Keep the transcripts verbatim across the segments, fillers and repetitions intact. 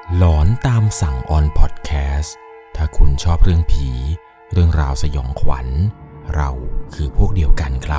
หลอนตามสั่งออนพอดแคสต์ถ้าคุณชอบเรื่องผีเรื่องราวสยองขวัญเราคือพวกเดียวกันครับ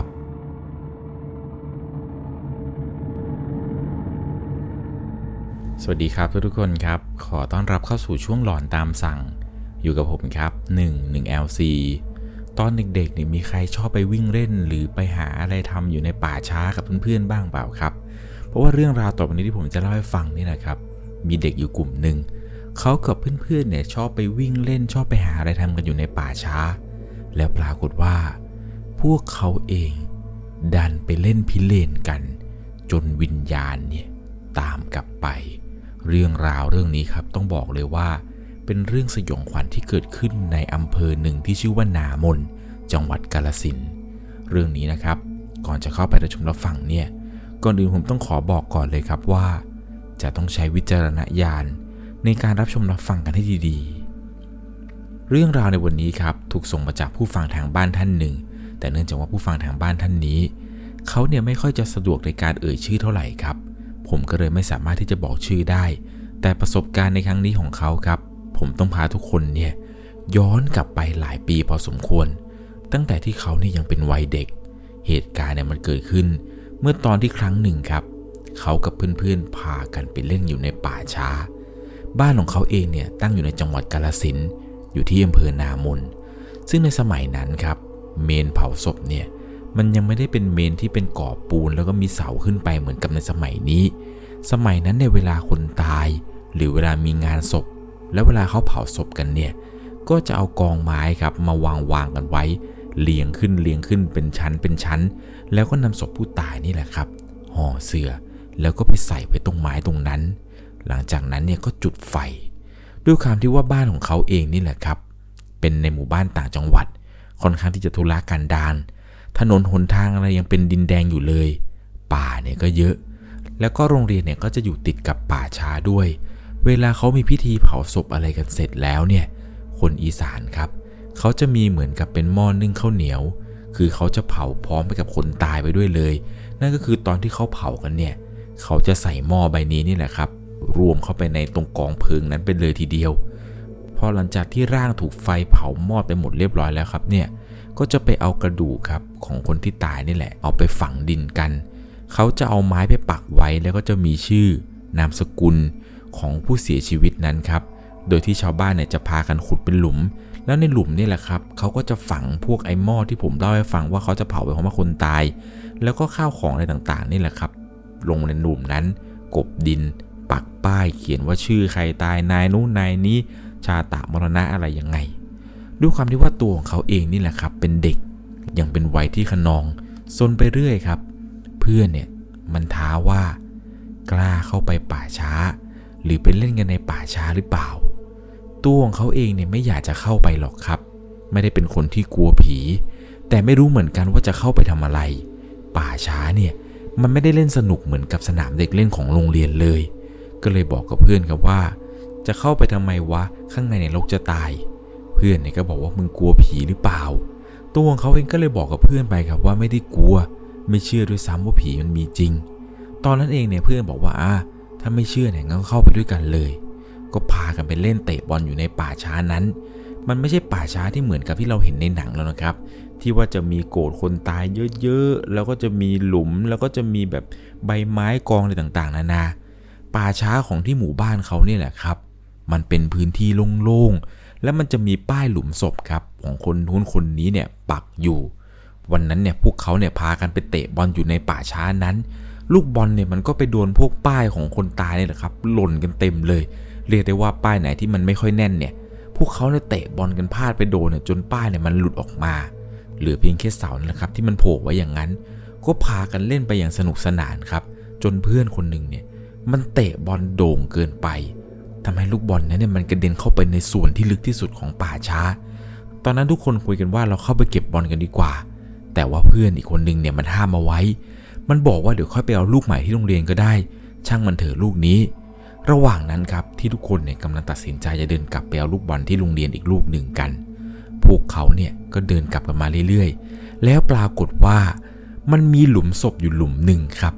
สวัสดีครับทุกคนครับขอต้อนรับเข้าสู่ช่วงหลอนตามสั่งอยู่กับผมครับหนึ่ง หนึ่ง แอล ซี ตอนเด็กๆเนี่ยมีใครชอบไปวิ่งเล่นหรือไปหาอะไรทำอยู่ในป่าช้ากับเพื่อนๆบ้างเปล่าครับเพราะว่าเรื่องราวต่อไปนี้ที่ผมจะเล่าให้ฟังนี่นะครับมีเด็กอยู่กลุ่มหนึ่งเขากับเพื่อนๆเนี่ยชอบไปวิ่งเล่นชอบไปหาอะไรทำกันอยู่ในป่าช้าแล้วปรากฏว่าพวกเขาเองดันไปเล่นพิเรนกันจนวิญญาณเนี่ยตามกลับไปเรื่องราวเรื่องนี้ครับต้องบอกเลยว่าเป็นเรื่องสยองขวัญที่เกิดขึ้นในอำเภอหนึ่งที่ชื่อว่านามนจังหวัดกาฬสินธุ์เรื่องนี้นะครับก่อนจะเข้าไปรับชมรับฟังเนี่ยก่อนอื่นผมต้องขอบอกก่อนเลยครับว่าจะต้องใช้วิจารณญาณในการรับชมรับฟังกันให้ดีๆเรื่องราวในวันนี้ครับถูกส่งมาจากผู้ฟังทางบ้านท่านหนึ่งแต่เนื่องจากว่าผู้ฟังทางบ้านท่านนี้เขาเนี่ยไม่ค่อยจะสะดวกในการเอ่ยชื่อเท่าไหร่ครับผมก็เลยไม่สามารถที่จะบอกชื่อได้แต่ประสบการณ์ในครั้งนี้ของเขาครับผมต้องพาทุกคนเนี่ยย้อนกลับไปหลายปีพอสมควรตั้งแต่ที่เขาเนี่ยยังเป็นวัยเด็กเหตุการณ์เนี่ยมันเกิดขึ้นเมื่อตอนที่ครั้งหนึ่งครับเขากับเพื่อนๆพากันไปเล่นอยู่ในป่าช้าบ้านของเขาเองเนี่ยตั้งอยู่ในจังหวัดกาฬสินธุ์อยู่ที่อำเภอนามนซึ่งในสมัยนั้นครับเมนเผาศพเนี่ยมันยังไม่ได้เป็นเมนที่เป็นก่อปูนแล้วก็มีเสาขึ้นไปเหมือนกับในสมัยนี้สมัยนั้นในเวลาคนตายหรือเวลามีงานศพแล้วเวลาเขาเผาศพกันเนี่ยก็จะเอากองไม้ครับมาวางวางกันไว้เรียงขึ้นเรียงขึ้นเป็นชั้นเป็นชั้นแล้วก็นำศพผู้ตายนี่แหละครับห่อเสื่อแล้วก็ไปใส่ไว้ตรงไม้ตรงนั้นหลังจากนั้นเนี่ยก็จุดไฟด้วยความที่ว่าบ้านของเขาเองนี่แหละครับเป็นในหมู่บ้านต่างจังหวัดค่อนข้างที่จะทุรกันดารถนนหนทางอะไรยังเป็นดินแดงอยู่เลยป่าเนี่ยก็เยอะแล้วก็โรงเรียนเนี่ยก็จะอยู่ติดกับป่าช้าด้วยเวลาเขามีพิธีเผาศพอะไรกันเสร็จแล้วเนี่ยคนอีสานครับเขาจะมีเหมือนกับเป็นหม้อนึ่งข้าวเหนียวคือเขาจะเผาพร้อมไปกับคนตายไปด้วยเลยนั่นก็คือตอนที่เขาเผากันเนี่ยเขาจะใส่หม้อใบนี้นี่แหละครับรวมเข้าไปในตรงกองเพลิงนั้นไปเลยทีเดียวพอหลังจากที่ร่างถูกไฟเผามอดไปหมดเรียบร้อยแล้วครับเนี่ยก็จะไปเอากระดูกครับของคนที่ตายนี่แหละเอาไปฝังดินกันเขาจะเอาไม้ไปปักไว้แล้วก็จะมีชื่อนามสกุลของผู้เสียชีวิตนั้นครับโดยที่ชาวบ้านเนี่ยจะพากันขุดเป็นหลุมแล้วในหลุมนี่แหละครับเขาก็จะฝังพวกไอ้หม้อที่ผมเล่าให้ฟังว่าเขาจะเผาไปเพราะว่าคนตายแล้วก็ข้าวของอะไรต่างๆนี่แหละครับลงในหลุมนั้นกบดินปักป้ายเขียนว่าชื่อใครตายนายนู้นนายนี้ชาตะมรณะอะไรยังไงด้วยความที่ว่าตัวของเขาเองนี่แหละครับเป็นเด็กยังเป็นวัยที่ขนองซนไปเรื่อยครับเพื่อนเนี่ยมันท้าว่ากล้าเข้าไปป่าช้าหรือไปเล่นกันในป่าช้าหรือเปล่าตัวของเขาเองเนี่ยไม่อยากจะเข้าไปหรอกครับไม่ได้เป็นคนที่กลัวผีแต่ไม่รู้เหมือนกันว่าจะเข้าไปทำอะไรป่าช้าเนี่ยมันไม่ได้เล่นสนุกเหมือนกับสนามเด็กเล่นของโรงเรียนเลยก็เลยบอกกับเพื่อนครับว่าจะเข้าไปทำไมวะข้างในเนี่ยรกจะตายเพื่อนเนี่ยก็บอกว่ามึงกลัวผีหรือเปล่าตัวของเขาเองก็เลยบอกกับเพื่อนไปครับว่าไม่ได้กลัวไม่เชื่อด้วยซ้ำว่าผีมันมีจริงตอนนั้นเองเนี่ยเพื่อนบอกว่าอ่ะถ้าไม่เชื่อเนี่ยงั้นเข้าไปด้วยกันเลยก็พากันไปเล่นเตะบอลอยู่ในป่าช้านั้นมันไม่ใช่ป่าช้าที่เหมือนกับที่เราเห็นในหนังแล้วนะครับที่ว่าจะมีโกรธคนตายเยอะๆแล้วก็จะมีหลุมแล้วก็จะมีแบบใบไม้กองอะไรต่างๆนานาป่าช้าของที่หมู่บ้านเขาเนี่ยแหละครับมันเป็นพื้นที่โล่งๆแล้วมันจะมีป้ายหลุมศพครับของคนนู้นคนนี้เนี่ยปักอยู่วันนั้นเนี่ยพวกเขาเนี่ยพากันไปเตะบอลอยู่ในป่าช้านั้นลูกบอลเนี่ยมันก็ไปโดนพวกป้ายของคนตายนี่แหละครับหล่นกันเต็มเลยเรียกได้ว่าป้ายไหนที่มันไม่ค่อยแน่นเนี่ยพวกเขาเนี่ยเตะบอลกันพลาดไปโดนเนี่ยจนป้ายเนี่ยมันหลุดออกมาเหลือเพียงแค่เสานั่นแหละครับที่มันโผล่ไว้อย่างนั้นก็พากันเล่นไปอย่างสนุกสนานครับจนเพื่อนคนหนึ่งเนี่ยมันเตะบอลโด่งเกินไปทำให้ลูกบอลนั้นเนี่ยมันกระเด็นเข้าไปในส่วนที่ลึกที่สุดของป่าช้าตอนนั้นทุกคนคุยกันว่าเราเข้าไปเก็บบอลกันดีกว่าแต่ว่าเพื่อนอีกคนนึงเนี่ยมันห้ามเอาไว้มันบอกว่าเดี๋ยวค่อยไปเอาลูกใหม่ที่โรงเรียนก็ได้ช่างมันเถอะลูกนี้ระหว่างนั้นครับที่ทุกคนเนี่ยกำลังตัดสินใจจะเดินกลับไปเอาลูกบอลที่โรงเรียนอีกลูกหนึ่งกันพวกเขาเนี่ยก็เดินกลับกันมาเรื่อยๆแล้วปรากฏว่ามันมีหลุมศพอยู่หลุมหนึ่งครับท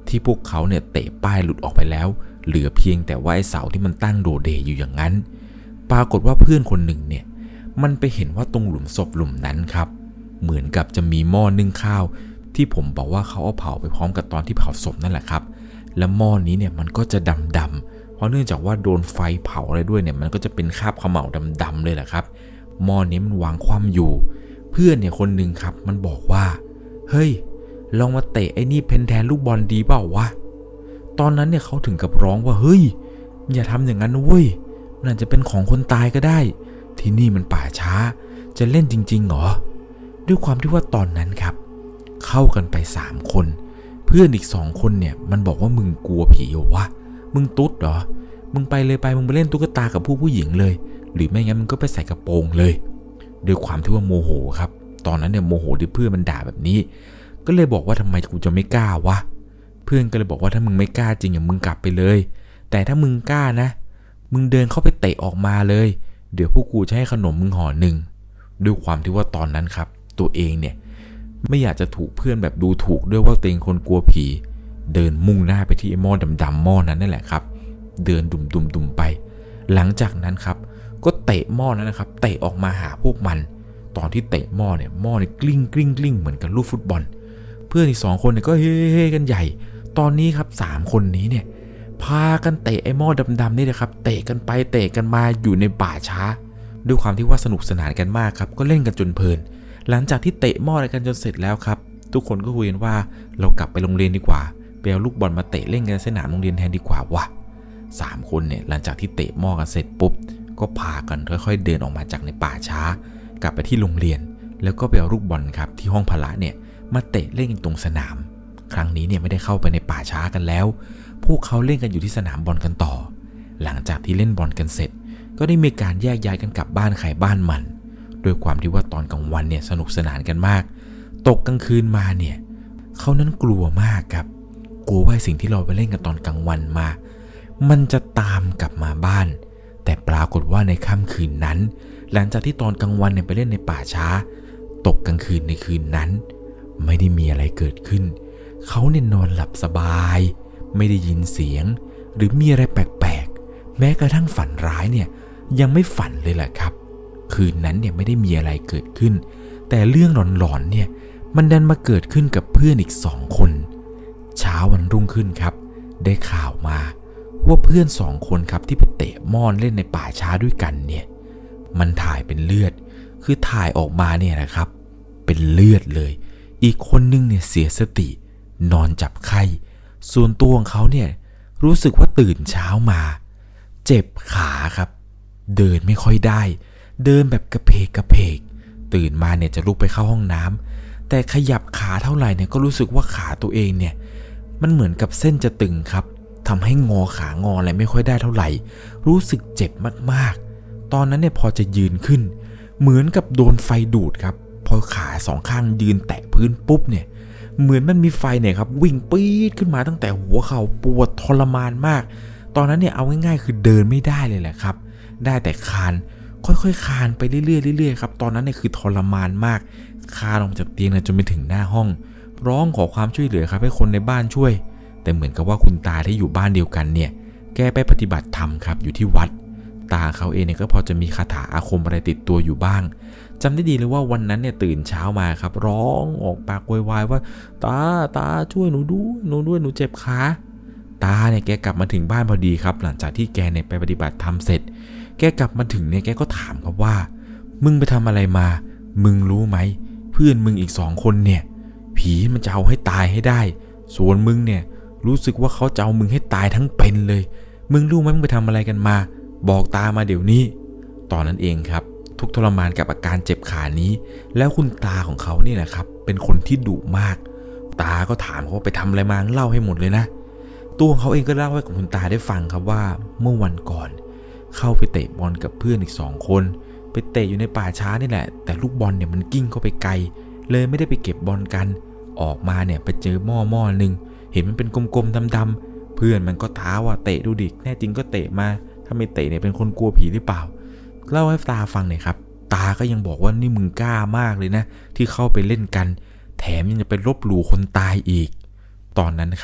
ที่พวกเขาเนี่ยเตะป้ายหลุดออกไปแล้วเหลือเพียงแต่ว่าไอ้เสาที่มันตั้งโดเดอยู่อย่างนั้นปรากฏว่าเพื่อนคนหนึ่งเนี่ยมันไปเห็นว่าตรงหลุมศพหลุมนั้นครับเหมือนกับจะมีหม้อนึ่งข้าวที่ผมบอกว่าเขาเอาเผาไปพร้อมกับตอนที่เผาศพนั่นแหละครับและหม้อนี้เนี่ยมันก็จะดำๆเพราะเนื่องจากว่าโดนไฟเผาอะไรด้วยเนี่ยมันก็จะเป็นคราบเขม่าดำๆเลยแหละครับหม้อนี้มันวางคว่ำอยู่เพื่อนเนี่ยคนหนึ่งครับมันบอกว่าเฮ้ยลองมาเตะไอ้นี่เพนแทนลูกบอลดีเปล่าวะตอนนั้นเนี่ยเขาถึงกับร้องว่าเฮ้ยอย่าทำอย่างนั้นนะเว้ยมันอาจจะเป็นของคนตายก็ได้ที่นี่มันป่าช้าจะเล่นจริงๆเหรอด้วยความที่ว่าตอนนั้นครับเข้ากันไปสามคนเพื่อนอีกสองคนเนี่ยมันบอกว่ามึงกลัวผีเหรอวะมึงตุ๊ดเหรอมึงไปเลยไปมึงไปเล่นตุ๊กตากับผู้ผู้หญิงเลยหรือไม่งั้นมึงก็ไปใส่กระโปรงเลยด้วยความที่ว่าโมโหครับตอนนั้นเนี่ยโมโหที่เพื่อนมันด่าแบบนี้ก็เลยบอกว่าทำไมกูจะไม่กล้าวะเพื่อนก็เลยบอกว่าถ้ามึงไม่กล้าจริงอย่างมึงกลับไปเลยแต่ถ้ามึงกล้านะมึงเดินเข้าไปเตะออกมาเลยเดี๋ยวพวกกูจะให้ขนมมึงห่อหนึ่งด้วยความที่ว่าตอนนั้นครับตัวเองเนี่ยไม่อยากจะถูกเพื่อนแบบดูถูกด้วยว่าตัวเองคนกลัวผีเดินมุ่งหน้าไปที่ไอ้หม้อดำๆหม้อนั้นนั่นแหละครับเดินดุ่มๆๆไปหลังจากนั้นครับก็เตะหม้อนั้นนะครับเตะออกมาหาพวกมันตอนที่เตะหม้อเนี่ยหม้อเนี่ยกลิ้งกลิ้งกลิ้งเหมือนกับลูกฟุตบอลเพื่อนอีกสองคนเนี่ยก็เฮ้ๆกันใหญ่ตอนนี้ครับสามคนนี้เนี่ยพากันเตะไอ้หม้อดำๆนี่นะครับเตะกันไปเตะกันมาอยู่ในป่าช้าด้วยความที่ว่าสนุกสนานกันมากครับก็เล่นกันจนเพลินหลังจากที่เตะหม้ออะไรกันจนเสร็จแล้วครับทุกคนก็คุยกันว่าเรากลับไปโรงเรียนดีกว่าไปเอาลูกบอลมาเตะเล่นกันในสนามโรงเรียนแทนดีกว่าวะสามคนเนี่ยหลังจากที่เตะหม้อกันเสร็จปุ๊บก็พากันค่อยๆเดินออกมาจากในป่าช้ากลับไปที่โรงเรียนแล้วก็ไปเอาลูกบอลครับที่ห้องพละเนี่ยมาเตะเล่นกันตรงสนามครั้งนี้เนี่ยไม่ได้เข้าไปในป่าช้ากันแล้วพวกเขาเล่นกันอยู่ที่สนามบอลกันต่อหลังจากที่เล่นบอลกันเสร็จก็ได้มีการแยกย้ายกันกลับบ้านใครบ้านมันโดยความที่ว่าตอนกลางวันเนี่ยสนุกสนานกันมากตกกลางคืนมาเนี่ยเขานั้นกลัวมากครับกลัวว่าสิ่งที่เราไปเล่นกันตอนกลางวันมามันจะตามกลับมาบ้านแต่ปรากฏว่าในค่ำคืนนั้นหลังจากที่ตอนกลางวันเนี่ยไปเล่นในป่าช้าตกกลางคืนในคืนนั้นไม่ได้มีอะไรเกิดขึ้นเขาเนี่ยนอนหลับสบายไม่ได้ยินเสียงหรือมีอะไรแปลกๆแม้กระทั่งฝันร้ายเนี่ยยังไม่ฝันเลยแหละครับคืนนั้นเนี่ยไม่ได้มีอะไรเกิดขึ้นแต่เรื่องหลอนๆเนี่ยมันดันมาเกิดขึ้นกับเพื่อนอีกสองคนเช้าวันรุ่งขึ้นครับได้ข่าวมาว่าเพื่อนสองคนครับที่ไปเตะหม้อเล่นในป่าช้าด้วยกันเนี่ยมันถ่ายเป็นเลือดคือถ่ายออกมาเนี่ยนะครับเป็นเลือดเลยอีกคนนึงเนี่ยเสียสตินอนจับไข้ส่วนตัวของเขาเนี่ยรู้สึกว่าตื่นเช้ามาเจ็บขาครับเดินไม่ค่อยได้เดินแบบกระเพกกระเพกตื่นมาเนี่ยจะลุกไปเข้าห้องน้ำแต่ขยับขาเท่าไหร่เนี่ยก็รู้สึกว่าขาตัวเองเนี่ยมันเหมือนกับเส้นจะตึงครับทำให้งอขางออะไรไม่ค่อยได้เท่าไหร่รู้สึกเจ็บมากๆตอนนั้นเนี่ยพอจะยืนขึ้นเหมือนกับโดนไฟดูดครับพอขาสองข้างยืนแตะพื้นปุ๊บเนี่ยเหมือนมันมีไฟเนี่ยครับวิ่งปี๊ดขึ้นมาตั้งแต่หัวเข่าปวดทรมานมากตอนนั้นเนี่ยเอาง่ายๆคือเดินไม่ได้เลยแหละครับได้แต่คานค่อยๆคานไปเรื่อยๆเรื่อยๆครับตอนนั้นเนี่ยคือทรมานมากคานออกจากเตียงจนไปถึงหน้าห้องร้องขอความช่วยเหลือครับให้คนในบ้านช่วยแต่เหมือนกับว่าคุณตาที่อยู่บ้านเดียวกันเนี่ยแกไปปฏิบัติธรรมครับอยู่ที่วัดตาเขาเองเนี่ยก็พอจะมีคาถาอาคมอะไรติดตัวอยู่บ้างจำได้ดีเลยว่าวันนั้นเนี่ยตื่นเช้ามาครับร้องออกปากโวยวายว่าตาตาช่วยหนูด้วยหนูด้วยหนูเจ็บขาตาเนี่ยแกกลับมาถึงบ้านพอดีครับหลังจากที่แกเนี่ยไปปฏิบัติธรรมเสร็จแกกลับมาถึงเนี่ยแกก็ถามครับว่ามึงไปทำอะไรมามึงรู้ไหมเพื่อนมึงอีกสองคนเนี่ยผีมันจะเอาให้ตายให้ได้ส่วนมึงเนี่ยรู้สึกว่าเขาจะเอามึงให้ตายทั้งเป็นเลยมึงรู้ไหมมึงไปทำอะไรกันมาบอกตามาเดี๋ยวนี้ตอนนั้นเองครับทุกทรมานกับอาการเจ็บขานี้แล้วคุณตาของเขาเนี่ยแหละครับเป็นคนที่ดุมากตาก็ถามเขาไปทำอะไรมาเล่าให้หมดเลยนะตัวของเขาเองก็เล่าให้กับคุณตาได้ฟังครับว่าเมื่อวันก่อนเข้าไปเตะบอลกับเพื่อนอีกสองคนไปเตะอยู่ในป่าช้านี่แหละแต่ลูกบอลเนี่ยมันกิ้งเข้าไปไกลเลยไม่ได้ไปเก็บบอลกันออกมาเนี่ยไปเจอหม้อหม้อนึงเห็นมันเป็นกลมๆดำๆเพื่อนมันก็ท้าว่าเตะดูดิแน่จริงก็เตะมาถ้าไม่เตะเนี่ยเป็นคนกลัวผีหรือเปล่าเล่าให้ตาฟังหน่อยครับตาก็ยังบอกว่านี่มึงกล้ามากเลยนะที่เข้าไปเล่นกันแถมยังจะไปลบหลู่คนตายอีกตอนนั้นครับ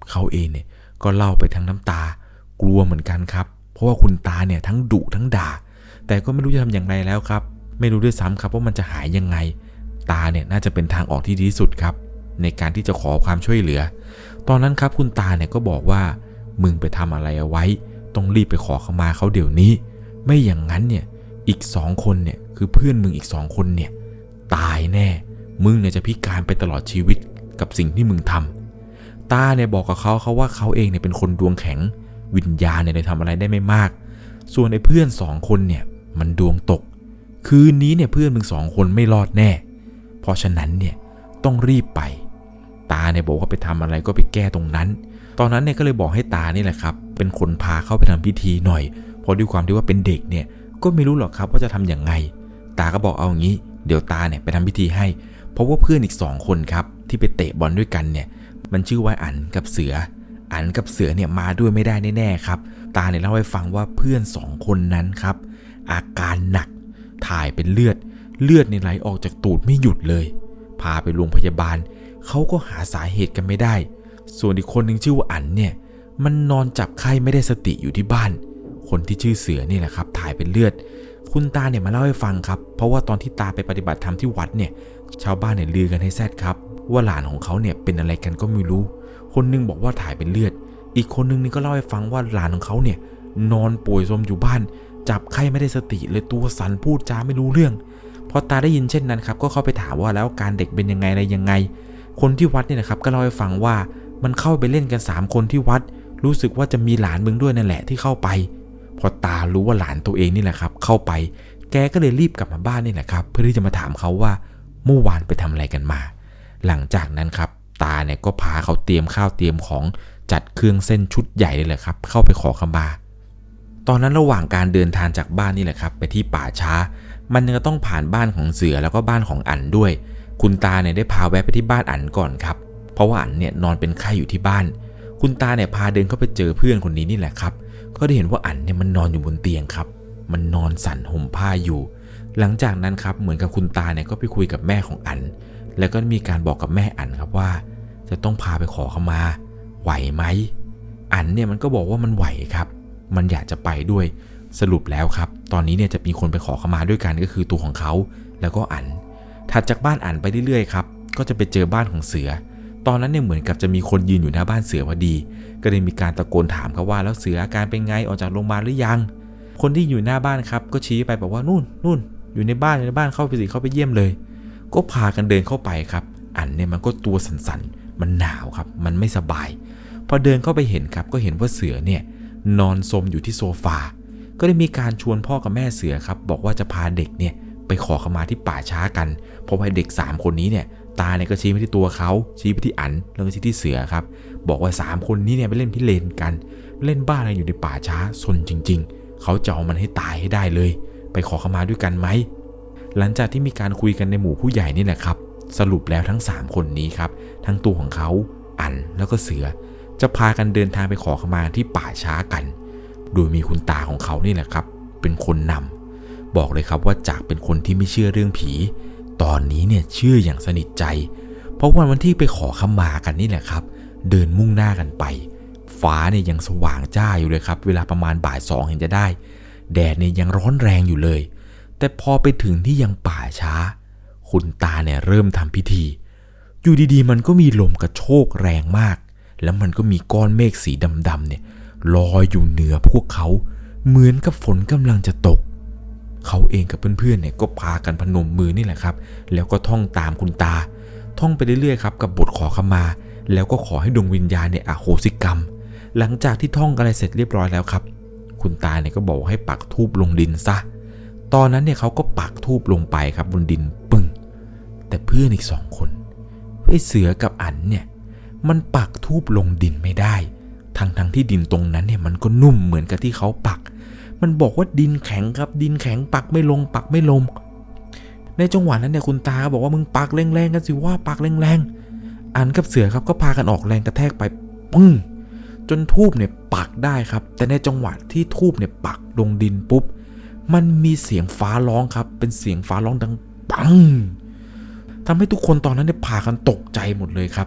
เขาเองเนี่ยก็เล่าไปทั้งน้ำตากลัวเหมือนกันครับเพราะว่าคุณตาเนี่ยทั้งดุทั้งด่าแต่ก็ไม่รู้จะทำอย่างไรแล้วครับไม่รู้ด้วยซ้ำครับว่ามันจะหายยังไงตาเนี่ยน่าจะเป็นทางออกที่ดีที่สุดครับในการที่จะขอความช่วยเหลือตอนนั้นครับคุณตาเนี่ยก็บอกว่ามึงไปทำอะไรเอาไว้ต้องรีบไปขอขมาเขาเดี๋ยวนี้ไม่อย่างนั้นเนี่ยอีกสองคนเนี่ยคือเพื่อนมึงอีกสองคนเนี่ยตายแน่มึงเนี่ยจะพิการไปตลอดชีวิตกับสิ่งที่มึงทำตาเนี่ยบอกกับเขาเขาว่าเขาเองเนี่ยเป็นคนดวงแข็งวิญญาณเนี่ยเลยทำอะไรได้ไม่มากส่วนไอ้เพื่อนสองคนเนี่ยมันดวงตกคืนนี้เนี่ยเพื่อนมึงสองคนไม่รอดแน่เพราะฉะนั้นเนี่ยต้องรีบไปตาเนี่ยบอกว่าไปทำอะไรก็ไปแก้ตรงนั้นตอนนั้นเนี่ยก็เลยบอกให้ตานี่แหละครับเป็นคนพาเข้าไปทำพิธีหน่อยเพราะด้วยความที่ว่าเป็นเด็กเนี่ยก็ไม่รู้หรอกครับว่าจะทำอย่างไงตาก็บอกเอาอย่างนี้เดี๋ยวตาเนี่ยไปทำพิธีให้เพราะว่าเพื่อนอีกสองคนครับที่ไปเตะบอลด้วยกันเนี่ยมันชื่อว่าอั๋นกับเสืออั๋นกับเสือเนี่ยมาด้วยไม่ได้แน่ๆครับตาเนี่ยเล่าให้ฟังว่าเพื่อนสองคนนั้นครับอาการหนักถ่ายเป็นเลือดเลือดเนี่ยไหลออกจากตูดไม่หยุดเลยพาไปโรงพยาบาลเขาก็หาสาเหตุกันไม่ได้ส่วนอีกคนหนึ่งชื่อว่าอั๋นเนี่ยมันนอนจับไข้ไม่ได้สติอยู่ที่บ้านคนที่ชื่อเสือนี่แหละครับถ่ายเป็นเลือดคุณตาเนี่ยมาเล่าให้ฟังครับเพราะว่าตอนที่ตาไปปฏิบัติธรรมที่วัดเนี่ยชาวบ้านเนี่ยลือกันให้แซดครับว่าหลานของเขาเนี่ยเป็นอะไรกันก็ไม่รู้คนนึงบอกว่าถ่ายเป็นเลือดอีกคนนึงนี่ก็เล่าให้ฟังว่าหลานของเขาเนี่ยนอนป่วยซมอยู่บ้านจับไข้ไม่ได้สติเลยตัวสั่นพูดจาไม่รู้เรื่องพอตาได้ยินเช่นนั้นครับก็เข้าไปถามว่าแล้วการเด็กเป็นยังไงอะไรยังไงคนที่วัดเนี่ยนะครับก็เล่าให้ฟังว่ามันเข้าไปเล่นกันสามคนที่วัดรู้สึกว่าจะมีหลานมึงด้วยนั่นแหละที่เข้าไปพอตารู้ว่าหลานตัวเองนี่แหละครับเข้าไปแกก็เลยรีบกลับมาบ้านนี่แหละครับเพื่อที่จะมาถามเขาว่าเมื่อวานไปทำอะไรกันมาหลังจากนั้นครับตาเนี่ยก็พาเขาเตรียมข้าวเตรียมของจัดเครื่องเส้นชุดใหญ่เลยแหละครับเข้าไปขอขมาตอนนั้นระหว่างการเดินทางจากบ้านนี่แหละครับไปที่ป่าช้ามันจะต้องผ่านบ้านของเสือแล้วก็บ้านของอั๋นด้วยคุณตาเนี่ยได้พาแวะไปที่บ้านอั๋นก่อนครับเพราะว่าอั๋นเนี่ยนอนเป็นไข้อยู่ที่บ้านคุณตาเนี่ยพาเดินเข้าไปเจอเพื่อนคนนี้นี่แหละครับก็ได้เห็นว่าอั๋นเนี่ยมันนอนอยู่บนเตียงครับมันนอนสั่นห่มผ้าอยู่หลังจากนั้นครับเหมือนกับคุณตาเนี่ยก็ไปคุยกับแม่ของอั๋นแล้วก็มีการบอกกับแม่อั๋นครับว่าจะต้องพาไปขอขมาไหวไหมอั๋นเนี่ยมันก็บอกว่ามันไหวครับมันอยากจะไปด้วยสรุปแล้วครับตอนนี้เนี่ยจะมีคนไปขอขมาด้วยกันก็คือตัวของเขาแล้วก็อั๋นถัดจากบ้านอั๋นไปเรื่อยๆครับก็จะไปเจอบ้านของเสือตอนนั้นเนี่ยเหมือนกับจะมีคนยืนอยู่หน้าบ้านเสือพอดีก็เลยมีการตะโกนถามเขาว่าแล้วเสืออาการเป็นไงออกจากโรงพยาบาลหรือยังคนที่อยู่หน้าบ้านครับก็ชี้ไปบอกว่านู่นนู่นอยู่ในบ้านในบ้านเข้าไปสิเข้าไปเยี่ยมเลยก็พากันเดินเข้าไปครับอั๋นเนี่ยมันก็ตัวสั่นๆมันหนาวครับมันไม่สบายพอเดินเข้าไปเห็นครับก็เห็นว่าเสือเนี่ยนอนซมอยู่ที่โซฟาก็ได้มีการชวนพ่อกับแม่เสือครับบอกว่าจะพาเด็กเนี่ยไปขอขมาที่ป่าช้ากันเพราะว่าเด็กสามคนนี้เนี่ยตาเนี่ยก็ชี้ไปที่ตัวเขาชี้ไปที่อั๋นแล้วก็ชี้ที่เสือครับบอกว่าสามคนนี้เนี่ยไปเล่นพิเรนกันเล่นบ้าอะไรอยู่ในป่าช้าซนจริงๆเขาจะเอามันให้ตายให้ได้เลยไปขอขมาด้วยกันไหมหลังจากที่มีการคุยกันในหมู่ผู้ใหญ่นี่แหละครับสรุปแล้วทั้งสามคนนี้ครับทั้งตัวของเขาอั๋นแล้วก็เสือจะพากันเดินทางไปขอขมาที่ป่าช้ากันโดยมีคุณตาของเขานี่แหละครับเป็นคนนำบอกเลยครับว่าจากเป็นคนที่ไม่เชื่อเรื่องผีตอนนี้เนี่ยเชื่ออย่างสนิทใจเพราะวันวันที่ไปขอขมากันนี่แหละครับเดินมุ่งหน้ากันไปฟ้าเนี่ยยังสว่างจ้าอยู่เลยครับเวลาประมาณบ่ายสองเห็นจะได้แดดเนี่ยยังร้อนแรงอยู่เลยแต่พอไปถึงที่ยังป่าช้าคุณตาเนี่ยเริ่มทำพิธีอยู่ดีๆมันก็มีลมกระโชกแรงมากแล้วมันก็มีก้อนเมฆสีดำๆเนี่ยลอยอยู่เหนือพวกเขาเหมือนกับฝนกำลังจะตกเขาเองกับเพื่อนๆเนี่ยก็พากันพนมมือนี่แหละครับแล้วก็ท่องตามคุณตาท่องไปเรื่อยๆครับกับบทขอขมาแล้วก็ขอให้ดวงวิญญาณเนี่ยอโหสิกรรมหลังจากที่ท่องอะไรเสร็จเรียบร้อยแล้วครับคุณตาเนี่ยก็บอกให้ปักธูปลงดินซะตอนนั้นเนี่ยเขาก็ปักธูปลงไปครับบนดินปึ้งแต่เพื่อนอีกสองคนไอ้เสือกับอั๋นเนี่ยมันปักธูปลงดินไม่ได้ทั้งทั้งที่ดินตรงนั้นเนี่ยมันก็นุ่มเหมือนกับที่เขาปักมันบอกว่าดินแข็งครับดินแข็งปักไม่ลงปักไม่ลงในจังหวะนั้นเนี่ยคุณตาบอกว่ามึงปักแรงๆกันสิว่าปักแรงๆอั๋นกับเสือครับก็พากันออกแรงกระแทกไปปึ้งจนธูปเนี่ยปักได้ครับแต่ในจังหวะที่ธูปเนี่ยปักลงดินปุ๊บมันมีเสียงฟ้าร้องครับเป็นเสียงฟ้าร้องดังปังทำให้ทุกคนตอนนั้นเนี่ยพากันตกใจหมดเลยครับ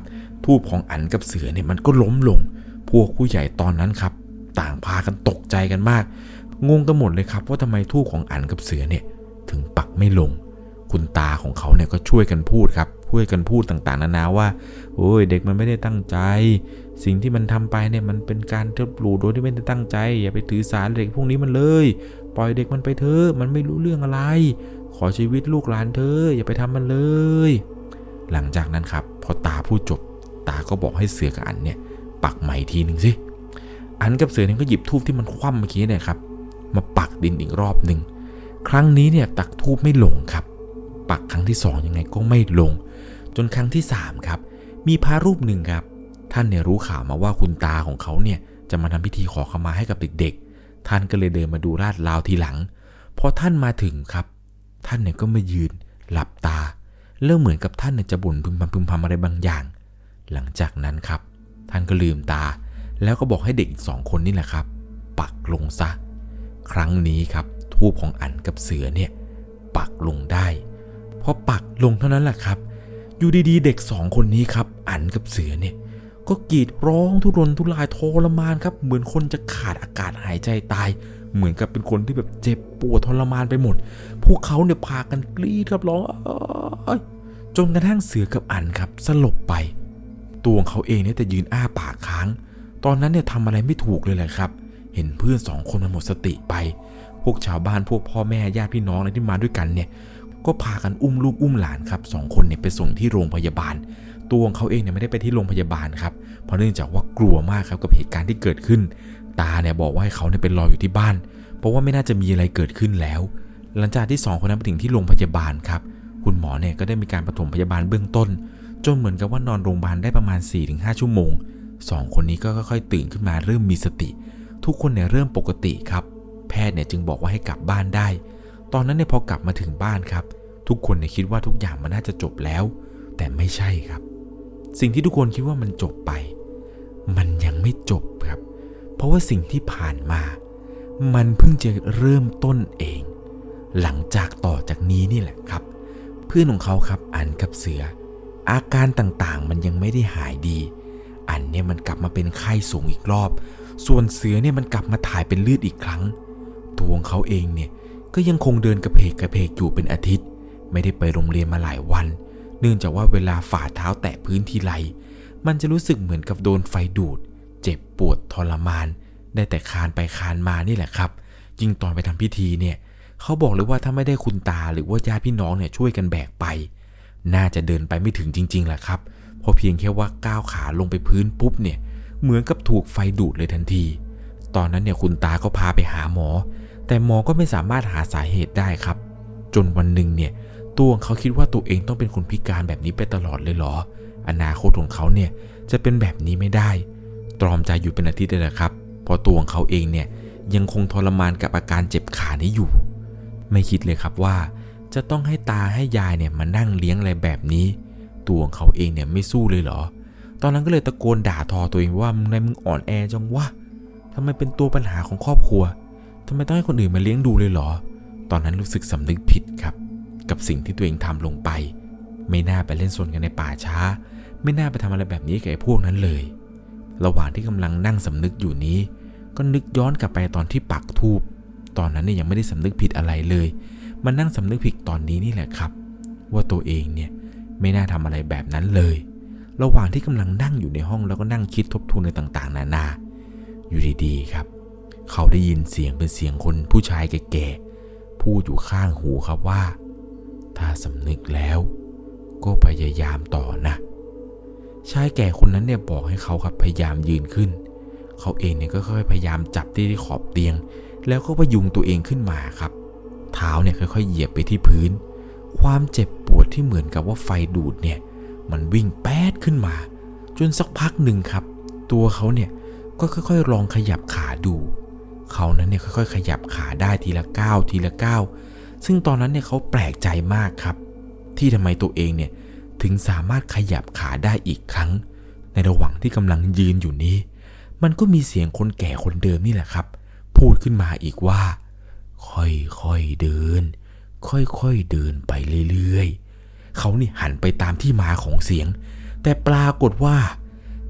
ทูบของอั๋นกับเสือเนี่ยมันก็ล้มลงพวกผู้ใหญ่ตอนนั้นครับต่างพากันตกใจกันมากงงกันหมดเลยครับว่าทำไมทูบของอั๋นกับเสือเนี่ยถึงปักไม่ลงคุณตาของเขาเนี่ยก็ช่วยกันพูดครับช่วยกันพูดต่างๆนานาว่าโอ้ยเด็กมันไม่ได้ตั้งใจสิ่งที่มันทำไปเนี่ยมันเป็นการลบหลู่โดยที่ไม่ได้ตั้งใจอย่าไปถือสาเด็กพวกนี้มันเลยปล่อยเด็กมันไปเถอะมันไม่รู้เรื่องอะไรขอชีวิตลูกหลานเธออย่าไปทำมันเลยหลังจากนั้นครับพอตาพูดจบตาก็บอกให้เสือกับอั๋นเนี่ยปักใหม่ทีหนึ่งสิอั๋นกับเสือเนี่ยก็หยิบธูปที่มันคว่ำเมื่อกี้เนี่ยครับมาปักดินอีกรอบหนึ่งครั้งนี้เนี่ยตักธูปไม่ลงครับปักครั้งที่สองยังไงก็ไม่ลงจนครั้งที่สามครับมีพระรูปหนึ่งครับท่านเนี่ยรู้ข่าวมาว่าคุณตาของเขาเนี่ยจะมาทำพิธีขอขมาให้กับเด็กๆท่านก็เลยเดินมาดูลาดราวทีหลังพอท่านมาถึงครับท่านเนี่ยก็มายืนหลับตาเริ่มเหมือนกับท่านเนี่ยจะบ่นพึมพำพึมพำอะไรบางอย่างหลังจากนั้นครับท่านก็ลืมตาแล้วก็บอกให้เด็กอีกสองคนนี่แหละครับปักลงซะครั้งนี้ครับธูปของอั๋นกับเสือเนี่ยปักลงได้พอปักลงเท่านั้นแหละครับอยู่ดีๆเด็กสองคนนี้ครับอั๋นกับเสือเนี่ยก็กรีดร้องทุรนทุรายทรมานครับเหมือนคนจะขาดอากาศหายใจตายเหมือนกับเป็นคนที่แบบเจ็บปวดทรมานไปหมดพวกเขาเนี่ยพากันกรีดครับร้องจนกระทั่งเสือกับอั๋นครับสลบไปตัวของเขาเองเนี่ยแต่ยืนอ้าปากค้างตอนนั้นเนี่ยทำอะไรไม่ถูกเลยแหละครับเห็นเพื่อนสองคนมันหมดสติไปพวกชาวบ้านพวกพ่อแม่ญาติพี่น้องอะไรที่มาด้วยกันเนี่ยก็พากันอุ้มลูกอุ้มหลานครับสองคนเนี่ยไปส่งที่โรงพยาบาลตัวของเขาเองเนี่ยไม่ได้ไปที่โรงพยาบาลครับเพราะเนื่องจากว่ากลัวมากครับกับเหตุการณ์ที่เกิดขึ้นตาเนี่ยบอกว่าให้เขาเนี่ยเป็นรออยู่ที่บ้านเพราะว่าไม่น่าจะมีอะไรเกิดขึ้นแล้วหลังจากที่สองคนนั้นไปถึงที่โรงพยาบาลครับคุณหมอเนี่ยก็ได้มีการปฐมพยาบาลเบื้องต้นจนเหมือนกับว่านอนโรงพยาบาลได้ประมาณ สี่ถึงห้า ชั่วโมงสองคนนี้ก็ค่อยๆตื่นขึ้นมาเริ่มมีสติทุกคนเนี่ยเริ่มปกติครับแพทย์เนี่ยจึงบอกว่าให้กลับบ้านได้ตอนนั้นเนี่ยพอกลับมาถึงบ้านครับทุกคนเนี่ยคิดว่าทุกอย่างมันน่าจะจบแล้วแต่ไม่ใช่ครับสิ่งที่ทุกคนคิดว่ามันจบไปมันยังไม่จบครับเพราะว่าสิ่งที่ผ่านมามันเพิ่งจะเริ่มต้นเองหลังจากต่อจากนี้นี่แหละครับเพื่อนของเขาครับอั๋นกับเสืออาการต่างๆมันยังไม่ได้หายดีอั๋นเนี่ยมันกลับมาเป็นไข้สูงอีกรอบส่วนเสือเนี่ยมันกลับมาถ่ายเป็นเลือดอีกครั้งตัวของเขาเองเนี่ยก็ยังคงเดินกระเพกกระเพกอยู่เป็นอาทิตย์ไม่ได้ไปโรงเรียนมาหลายวันเนื่องจากว่าเวลาฝ่าเท้าแตะพื้นทีไรมันจะรู้สึกเหมือนกับโดนไฟดูดเจ็บปวดทรมานได้แต่คานไปคานมานี่แหละครับยิ่งตอนไปทำพิธีเนี่ยเขาบอกเลยว่าถ้าไม่ได้คุณตาหรือว่าญาติพี่น้องเนี่ยช่วยกันแบกไปน่าจะเดินไปไม่ถึงจริงๆแหละครับเพราะเพียงแค่ว่าก้าวขาลงไปพื้นปุ๊บเนี่ยเหมือนกับถูกไฟดูดเลยทันทีตอนนั้นเนี่ยคุณตาก็พาไปหาหมอแต่หมอก็ไม่สามารถหาสาเหตุได้ครับจนวันหนึ่งเนี่ยตัวเขาคิดว่าตัวเองต้องเป็นคนพิการแบบนี้ไปตลอดเลยเหรออนาคตของเขาเนี่ยจะเป็นแบบนี้ไม่ได้ตรอมใจอยู่เป็นอาทิตย์เลยนะครับเพราะตัวของเขาเองเนี่ยยังคงทรมานกับอาการเจ็บขานี้อยู่ไม่คิดเลยครับว่าจะต้องให้ตาให้ยายเนี่ยมานั่งเลี้ยงอะไรแบบนี้ตัวของเขาเองเนี่ยไม่สู้เลยเหรอตอนนั้นก็เลยตะโกนด่าทอตัวเองว่ามึงนายมึงอ่อนแอจังวะทำไมเป็นตัวปัญหาของครอบครัวทำไมต้องให้คนอื่นมาเลี้ยงดูเลยเหรอตอนนั้นรู้สึกสำนึกผิดครับกับสิ่งที่ตัวเองทำลงไปไม่น่าไปเล่นซนกันในป่าช้าไม่น่าไปทำอะไรแบบนี้กับไอ้พวกนั้นเลยระหว่างที่กำลังนั่งสำนึกอยู่นี้ก็นึกย้อนกลับไปตอนที่ปักธูปตอนนั้นเนี่ยยังไม่ได้สำนึกผิดอะไรเลยมานั่งสำนึกผิดตอนนี้นี่แหละครับว่าตัวเองเนี่ยไม่น่าทำอะไรแบบนั้นเลยระหว่างที่กำลังนั่งอยู่ในห้องแล้วก็นั่งคิดทบทวนในต่างๆนานาอยู่ดีๆครับเขาได้ยินเสียงเป็นเสียงคนผู้ชายแก่ๆพูดอยู่ข้างหูครับว่าถ้าสำนึกแล้วก็พยายามต่อนะชายแก่คนนั้นเนี่ยบอกให้เขาครับพยายามยืนขึ้นเขาเองเนี่ยก็ค่อยพยายามจับที่ขอบเตียงแล้วก็พยุงตัวเองขึ้นมาครับเท้าเนี่ยค่อยๆเหยียบไปที่พื้นความเจ็บปวดที่เหมือนกับว่าไฟดูดเนี่ยมันวิ่งแป๊ดขึ้นมาจนสักพักหนึ่งครับตัวเขาเนี่ยก็ค่อยๆลองขยับขาดูเขานั้นเนี่ยค่อยๆขยับขาได้ทีละก้าวทีละก้าวซึ่งตอนนั้นเนี่ยเขาแปลกใจมากครับที่ทำไมตัวเองเนี่ยถึงสามารถขยับขาได้อีกครั้งในระหว่างที่กำลังยืนอยู่นี้มันก็มีเสียงคนแก่คนเดิมนี่แหละครับพูดขึ้นมาอีกว่าค่อยๆเดินค่อยๆเดินไปเรื่อยๆเขานี่หันไปตามที่มาของเสียงแต่ปรากฏว่า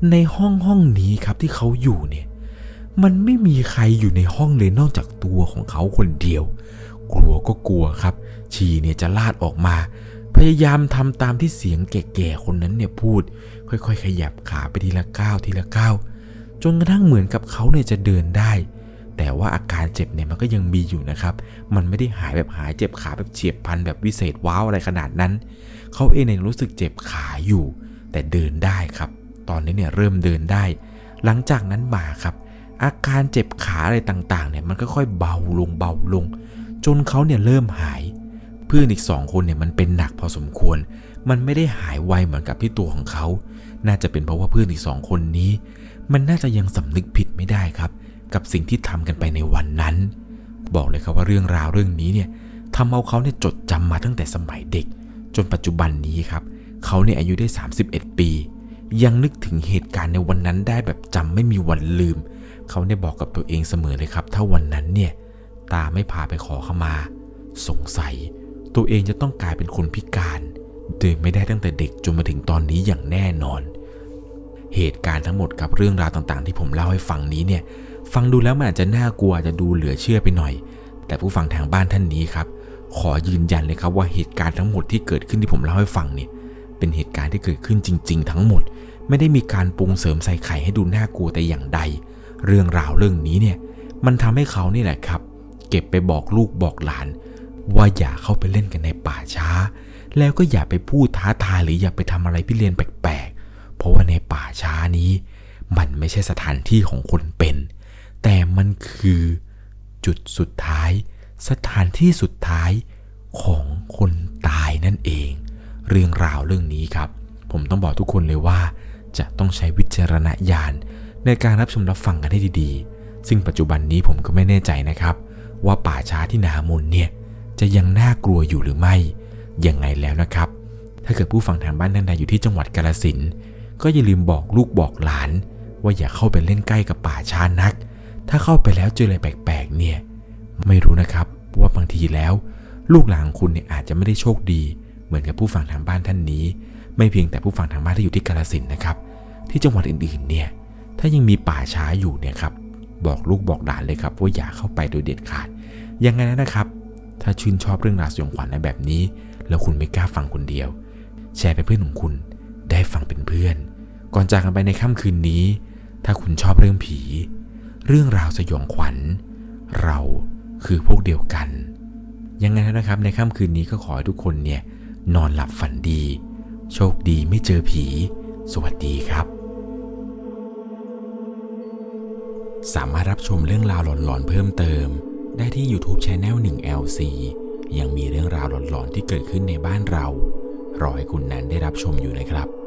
ในห้องห้องนี้ครับที่เขาอยู่เนี่ยมันไม่มีใครอยู่ในห้องเลยนอกจากตัวของเขาคนเดียวกลัวก็กลัวครับฉี่เนี่ยจะลาดออกมาพยายามทำตามที่เสียงแก่ๆคนนั้นเนี่ยพูดค่อยๆขยับขาไปทีละก้าวทีละก้าวจนกระทั่งเหมือนกับเขาเนี่ยจะเดินได้แต่ว่าอาการเจ็บเนี่ยมันก็ยังมีอยู่นะครับมันไม่ได้หายแบบหายเจ็บขาแบบเฉียบพลันแบบวิเศษว้าวอะไรขนาดนั้นเขาเองเนี่ยรู้สึกเจ็บขาอยู่แต่เดินได้ครับตอนนี้เนี่ยเริ่มเดินได้หลังจากนั้นมาครับอาการเจ็บขาอะไรต่างๆเนี่ยมันก็ค่อยเบาลงเบาลงจนเขาเนี่ยเริ่มหายเพื่อนอีกสองคนเนี่ยมันเป็นหนักพอสมควรมันไม่ได้หายไวเหมือนกับที่ตัวของเขาน่าจะเป็นเพราะว่าเพื่อนอีกสองคนนี้มันน่าจะยังสำนึกผิดไม่ได้ครับกับสิ่งที่ทำกันไปในวันนั้นบอกเลยครับว่าเรื่องราวเรื่องนี้เนี่ยทำเอาเขาเนี่ยจดจำมาตั้งแต่สมัยเด็กจนปัจจุบันนี้ครับเขาเนี่ยอายุได้สามสิบเอ็ดปียังนึกถึงเหตุการณ์ในวันนั้นได้แบบจำไม่มีวันลืมเขาเนี่ยบอกกับตัวเองเสมอเลยครับถ้าวันนั้นเนี่ยตาไม่พาไปขอขมาสงสัยตัวเองจะต้องกลายเป็นคนพิการเดินไม่ได้ตั้งแต่เด็กจนมาถึงตอนนี้อย่างแน่นอนเหตุการณ์ทั้งหมดกับเรื่องราวต่างๆที่ผมเล่าให้ฟังนี้เนี่ยฟังดูแล้วมันอาจจะน่ากลัวจะดูเหลือเชื่อไปหน่อยแต่ผู้ฟังทางบ้านท่านนี้ครับขอยืนยันเลยครับว่าเหตุการณ์ทั้งหมดที่เกิดขึ้นที่ผมเล่าให้ฟังเนี่ยเป็นเหตุการณ์ที่เกิดขึ้นจริงๆทั้งหมดไม่ได้มีการปรุงเสริมใส่ไข่ให้ดูน่ากลัวแต่อย่างใดเรื่องราวเรื่องนี้เนี่ยมันทำให้เขานี่แหละครับเก็บไปบอกลูกบอกหลานว่าอย่าเข้าไปเล่นกันในป่าช้าแล้วก็อย่าไปพูดท้าทายหรืออย่าไปทำอะไรพิเรนแปลกๆเพราะว่าในป่าช้านี้มันไม่ใช่สถานที่ของคนเป็นแต่มันคือจุดสุดท้ายสถานที่สุดท้ายของคนตายนั่นเองเรื่องราวเรื่องนี้ครับผมต้องบอกทุกคนเลยว่าจะต้องใช้วิจารณญาณในการรับชมรับฟังกันให้ดีๆซึ่งปัจจุบันนี้ผมก็ไม่แน่ใจนะครับว่าป่าช้าที่นามนเนี่ยจะยังน่ากลัวอยู่หรือไม่ยังไงแล้วนะครับถ้าเกิดผู้ฟังทางบ้านท่านใดอยู่ที่จังหวัดกาฬสินธุ์ก็อย่าลืมบอกลูกบอกหลานว่าอย่าเข้าไปเล่นใกล้กับป่าช้านักถ้าเข้าไปแล้วเจออะไรแปลกๆเนี่ยไม่รู้นะครับว่าบางทีแล้วลูกหลานของคุณเนี่ยอาจจะไม่ได้โชคดีเหมือนกับผู้ฟังทางบ้านท่านนี้ไม่เพียงแต่ผู้ฟังทางบ้านที่อยู่ที่กาฬสินธุ์นะครับที่จังหวัดอื่นๆเนี่ยถ้ายังมีป่าช้าอยู่เนี่ยครับบอกลูกบอกหลานเลยครับว่าอย่าเข้าไปโดยเด็ดขาดยังไงนะครับถ้าชื่นชอบเรื่องราวสยองขวัญในแบบนี้แล้วคุณไม่กล้าฟังคนเดียวแชร์ไปเพื่อนของคุณได้ฟังเป็นเพื่อนก่อนจากกันไปในค่ำคืนนี้ถ้าคุณชอบเรื่องผีเรื่องราวสยองขวัญเราคือพวกเดียวกันยังไงนะครับในค่ำคืนนี้ก็ขอให้ทุกคนเนี่ยนอนหลับฝันดีโชคดีไม่เจอผีสวัสดีครับสามารถรับชมเรื่องราวหลอนๆเพิ่มเติมได้ที่ YouTube Channel หนึ่ง แอล ซี ยังมีเรื่องราวหลอนๆที่เกิดขึ้นในบ้านเรารอให้คุณนั้นได้รับชมอยู่นะครับ